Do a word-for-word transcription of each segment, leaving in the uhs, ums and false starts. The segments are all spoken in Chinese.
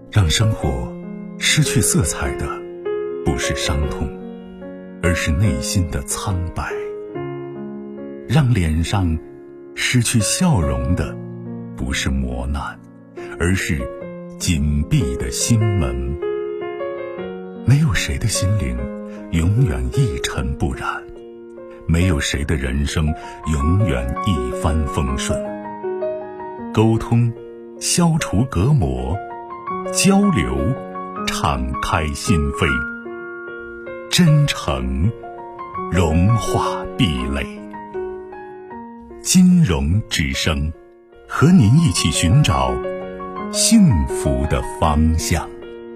让生活失去色彩的不是伤痛，而是内心的苍白。让脸上失去笑容的不是磨难，而是紧闭的心门。没有谁的心灵永远一尘不染，没有谁的人生永远一帆风顺。沟通消除隔膜，交流敞开心扉，真诚融化壁垒。金融之声，和您一起寻找幸福的方向。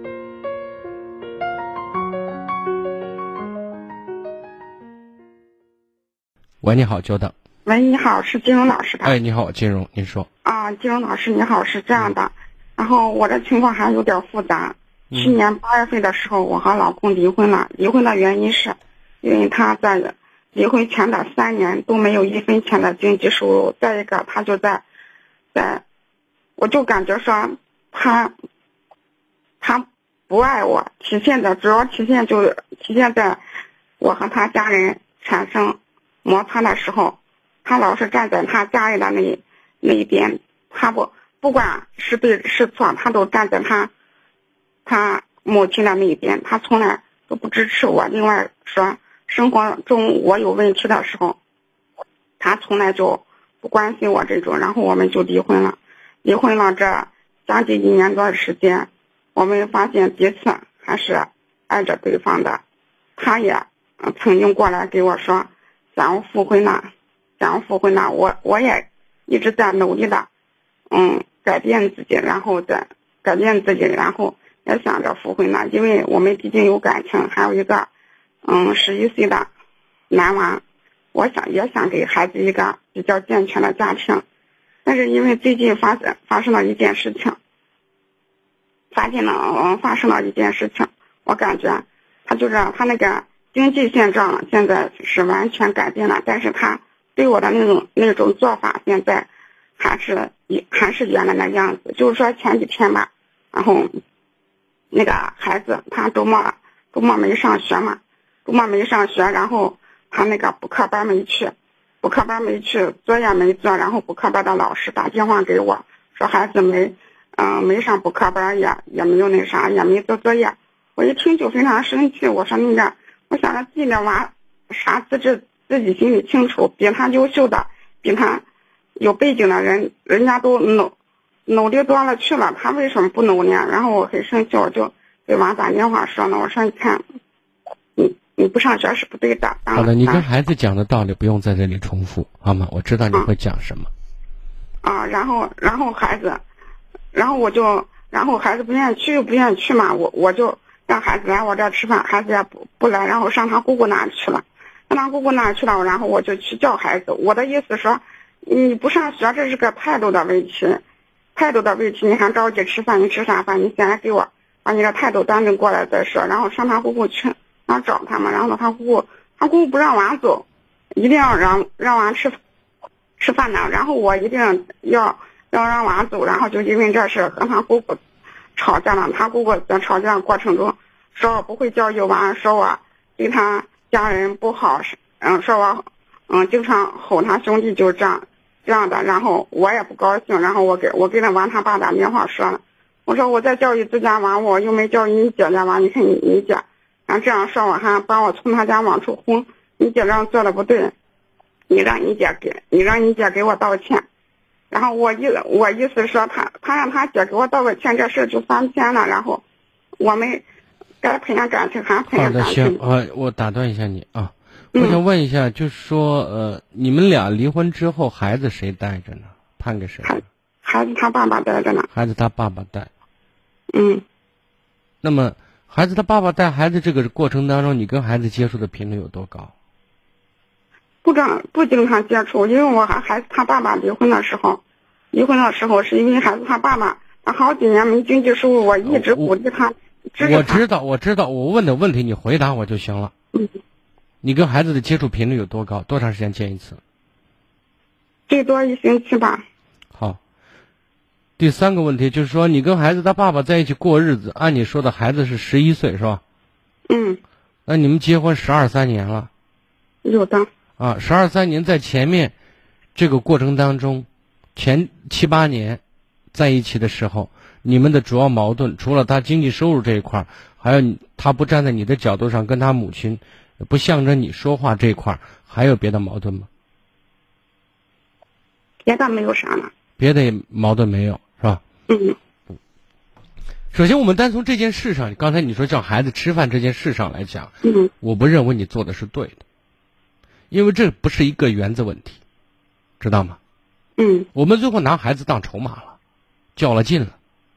喂，你好，久等。 喂，你好，是金融老师吧？ 哎，你好，金融，您说。 啊，金融老师你好，是这样的，然后我的情况还有点复杂。 嗯、 去年八月份的时候，我和老公离婚了。离婚的原因是，因为他在离婚前的三年都没有一分钱的经济收入。再一个，他就在，在，我就感觉说他，他不爱我，体现的主要体现就体现在我和他家人产生摩擦的时候，他老是站在他家人的那那一边，他不不管是对是错，他都站在他他母亲的那一边，他从来都不支持我。另外说，生活中我有问题的时候，他从来就不关心我这种，然后我们就离婚了。离婚了这将近一年多的时间，我们发现彼此还是爱着对方的。他也曾经过来给我说想要复婚了，想要复婚了，我我也一直在努力的，嗯，改变自己，然后再改变自己，然后也想着复婚了，因为我们毕竟有感情，还有一个，嗯，十一岁的男娃，我想也想给孩子一个比较健全的家庭，但是因为最近发生发生了一件事情，发现了，嗯，发生了一件事情，我感觉他就是他那个经济现状现在是完全改变了，但是他对我的那种那种做法现在还是还是原来的样子。就是说前几天吧，然后那个孩子他周末周末没上学嘛，周末没上学，然后他那个补课班没去，补课班没去，作业没做，然后补课班的老师打电话给我说孩子没嗯、呃、没上补课班，也也没有那啥，也没做作业。我一听就非常生气，我说那个我想着自己的娃啥资质自己心里清楚，比他优秀的比他有背景的人人家都努努力多了去了，他为什么不努力？然后我很生气，我就给娃打电话说呢，我说你看你你不上学是不对的。 好的，你跟孩子讲的道理不用在这里重复好吗？我知道你会讲什么。 啊，然后然后孩子然后我就然后孩子不愿意去就不愿意去嘛，我我就让孩子来我这儿吃饭，孩子也不不来，然后上他姑姑那去了，上他姑姑那去了，然后我就去叫孩子。我的意思说，你不上学这是个态度的问题，态度的问题，你还着急吃饭，你吃啥饭？你先来给我把你的态度端正过来再说。然后上他姑姑去，然后找他们，然后他姑姑他姑姑不让娃走，一定要让让娃吃吃饭呢，然后我一定要要让娃走，然后就因为这事和他姑姑吵架了。他姑姑在吵架的过程中说我不会教育娃，说我对他家人不好，嗯，说我嗯经常吼他兄弟，就这样这样的。然后我也不高兴，然后我给我给他娃他爸打电话说了，我说我在教育自家娃，我又没教育你姐家娃，你看你你姐，然后这样说我还把我从他家往出轰，你姐这样做的不对，你让你姐给你让你姐给我道歉。然后我意我意思说他他让他姐给我道个歉，这事就翻篇了，然后我们该培养感情还培养感情。 好的，行，呃，我打断一下你啊，我想问一下，嗯、就是说，呃，你们俩离婚之后，孩子谁带着呢？判给谁？ 孩孩子他爸爸带着呢。 孩子他爸爸带。 嗯。 那么，孩子他爸爸带孩子这个过程当中，你跟孩子接触的频率有多高？ 不常不经常接触，因为我和孩子他爸爸离婚的时候，离婚的时候是因为孩子他爸爸他好几年没经济收入，我一直鼓励他。 我知道，我知道，我问的问题你回答我就行了。 嗯， 你跟孩子的接触频率有多高？多长时间见一次？ 最多一星期吧。 好， 第三个问题就是说，你跟孩子他爸爸在一起过日子，按你说的孩子是十一岁是吧？ 嗯。 那你们结婚十二三年了？ 有的。 啊，十二三年在前面这个过程当中，前七八年在一起的时候，你们的主要矛盾除了他经济收入这一块，还有他不站在你的角度上跟他母亲不向着你说话这一块，还有别的矛盾吗？ 别的没有啥了。 别的矛盾没有是吧？ 嗯。 首先我们单从这件事上，刚才你说叫孩子吃饭这件事上来讲， 嗯， 我不认为你做的是对的，因为这不是一个原则问题，知道吗？ 嗯。 我们最后拿孩子当筹码了，较了劲了。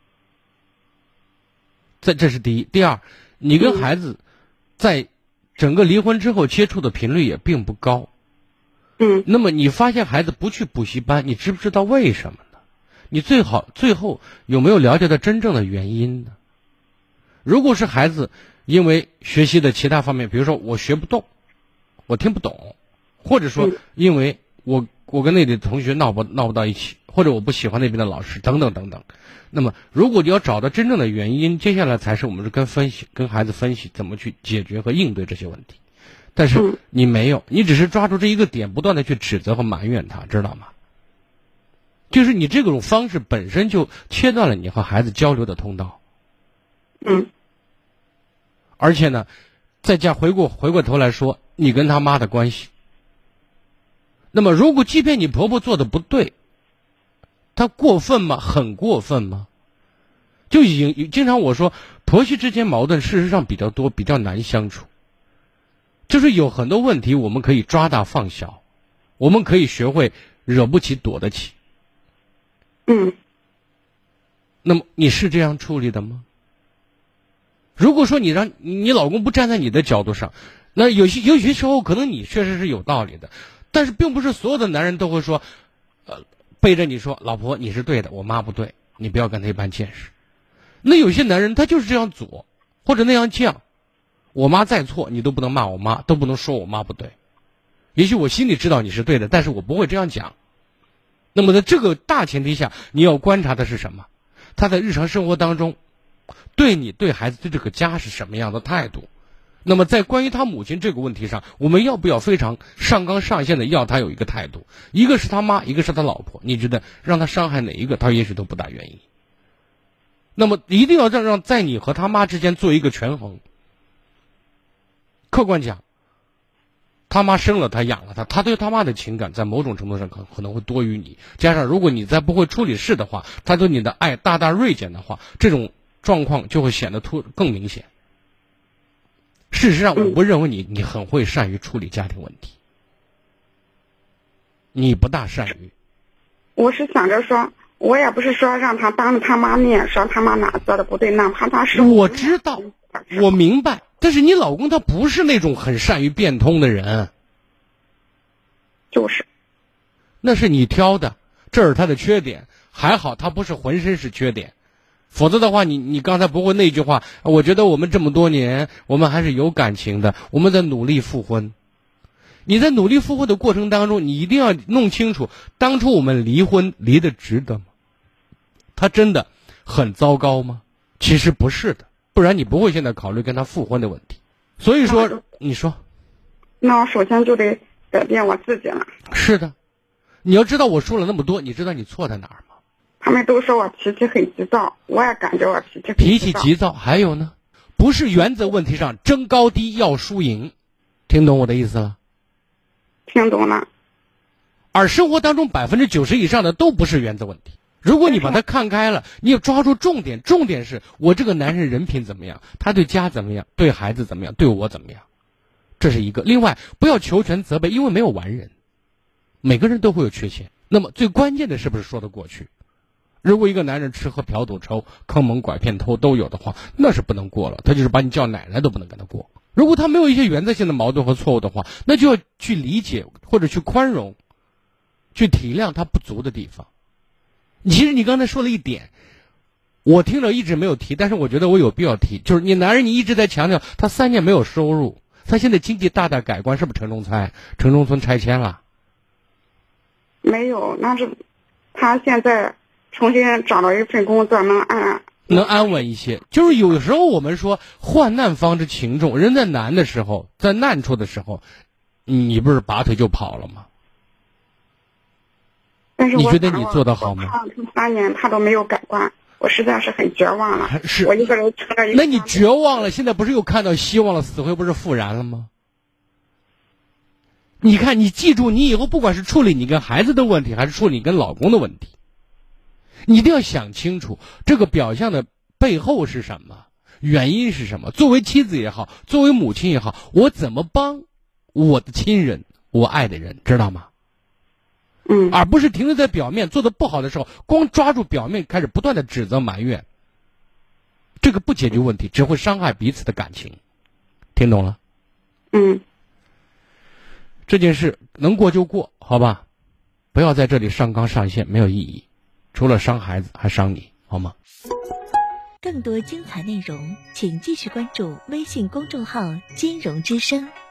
这这是第一。第二，你跟孩子在整个离婚之后接触的频率也并不高。 嗯。 那么你发现孩子不去补习班，你知不知道为什么呢？你最好最后有没有了解到真正的原因呢？如果是孩子因为学习的其他方面，比如说我学不动，我听不懂，或者说因为我我跟那里的同学闹不闹不到一起，或者我不喜欢那边的老师等等等等，那么如果你要找到真正的原因，接下来才是我们是跟分析跟孩子分析怎么去解决和应对这些问题。但是你没有，你只是抓住这一个点，不断的去指责和埋怨他，知道吗？就是你这种方式本身就切断了你和孩子交流的通道。 嗯。 而且呢，再加回过回过头来说，你跟他妈的关系。那么，如果即便你婆婆做的不对，她过分吗？很过分吗？就已经经常我说，婆媳之间矛盾事实上比较多，比较难相处。就是有很多问题，我们可以抓大放小，我们可以学会惹不起躲得起。 嗯。 那么你是这样处理的吗？如果说你让你老公不站在你的角度上，那有些有些时候可能你确实是有道理的，但是并不是所有的男人都会说，呃，背着你说老婆你是对的，我妈不对，你不要跟他一般见识。那有些男人他就是这样左或者那样犟，我妈再错你都不能骂我妈，都不能说我妈不对。也许我心里知道你是对的，但是我不会这样讲。那么在这个大前提下，你要观察的是什么？他在日常生活当中对你对孩子对这个家是什么样的态度。那么在关于他母亲这个问题上，我们要不要非常上纲上线的要他有一个态度？一个是他妈，一个是他老婆，你觉得让他伤害哪一个他也许都不大愿意。那么一定要让让在你和他妈之间做一个权衡。客观讲，他妈生了他养了他，他对他妈的情感在某种程度上可可能会多于你，加上如果你再不会处理事的话，他对你的爱大大锐减的话，这种状况就会显得突更明显。事实上我不认为你你很会善于处理家庭问题，你不大善于。 我是想着说，我也不是说让他当着他妈面说他妈哪做的不对，哪怕他是我知道我明白，但是你老公他不是那种很善于变通的人。 就是那是你挑的，这是他的缺点，还好他不是浑身是缺点，否则的话你你刚才不会那句话，我觉得我们这么多年我们还是有感情的，我们在努力复婚。你在努力复婚的过程当中，你一定要弄清楚当初我们离婚离得值得吗？他真的很糟糕吗？其实不是的，不然你不会现在考虑跟他复婚的问题。所以说你说那我首先就得改变我自己了。 是的，你要知道我说了那么多，你知道你错在哪儿吗？ 他们都说我脾气很急躁，我也感觉我脾气很脾气急躁。还有呢，不是原则问题上争高低要输赢，听懂我的意思了？ 听懂了。 而生活当中百分之九十以上的都不是原则问题。如果你把它看开了，你要抓住重点，重点是我这个男人人品怎么样，他对家怎么样，对孩子怎么样，对我怎么样，这是一个。另外不要求全责备，因为没有完人，每个人都会有缺陷。那么最关键的是不是说得过去？如果一个男人吃喝嫖赌抽坑蒙拐骗偷都有的话，那是不能过了，他就是把你叫奶奶都不能跟他过。如果他没有一些原则性的矛盾和错误的话，那就要去理解或者去宽容，去体谅他不足的地方。其实你刚才说了一点，我听着一直没有提，但是我觉得我有必要提，就是你男人你一直在强调他三年没有收入，他现在经济大大改观，是不是城中拆城中村拆迁了？ 没有，那是他现在重新找到一份工作，能安能安稳一些。就是有时候我们说患难方知情重，人在难的时候，在难处的时候，你不是拔腿就跑了吗？ 但是你觉得你做得好吗？ 他三年他都没有改观，我实在是很绝望了。 是我一个人撑着一个。 那你绝望了，现在不是又看到希望了，死灰不是复燃了吗？你看，你记住，你以后不管是处理你跟孩子的问题，还是处理你跟老公的问题，你一定要想清楚这个表象的背后是什么，原因是什么。作为妻子也好，作为母亲也好，我怎么帮我的亲人，我爱的人，知道吗？ 嗯， 而不是停留在表面，做的不好的时候，光抓住表面开始不断的指责埋怨，这个不解决问题，只会伤害彼此的感情。听懂了？ 嗯， 这件事能过就过，好吧？不要在这里上纲上线，没有意义，除了伤孩子还伤你，好吗？ 更多精彩内容请继续关注微信公众号金融之声。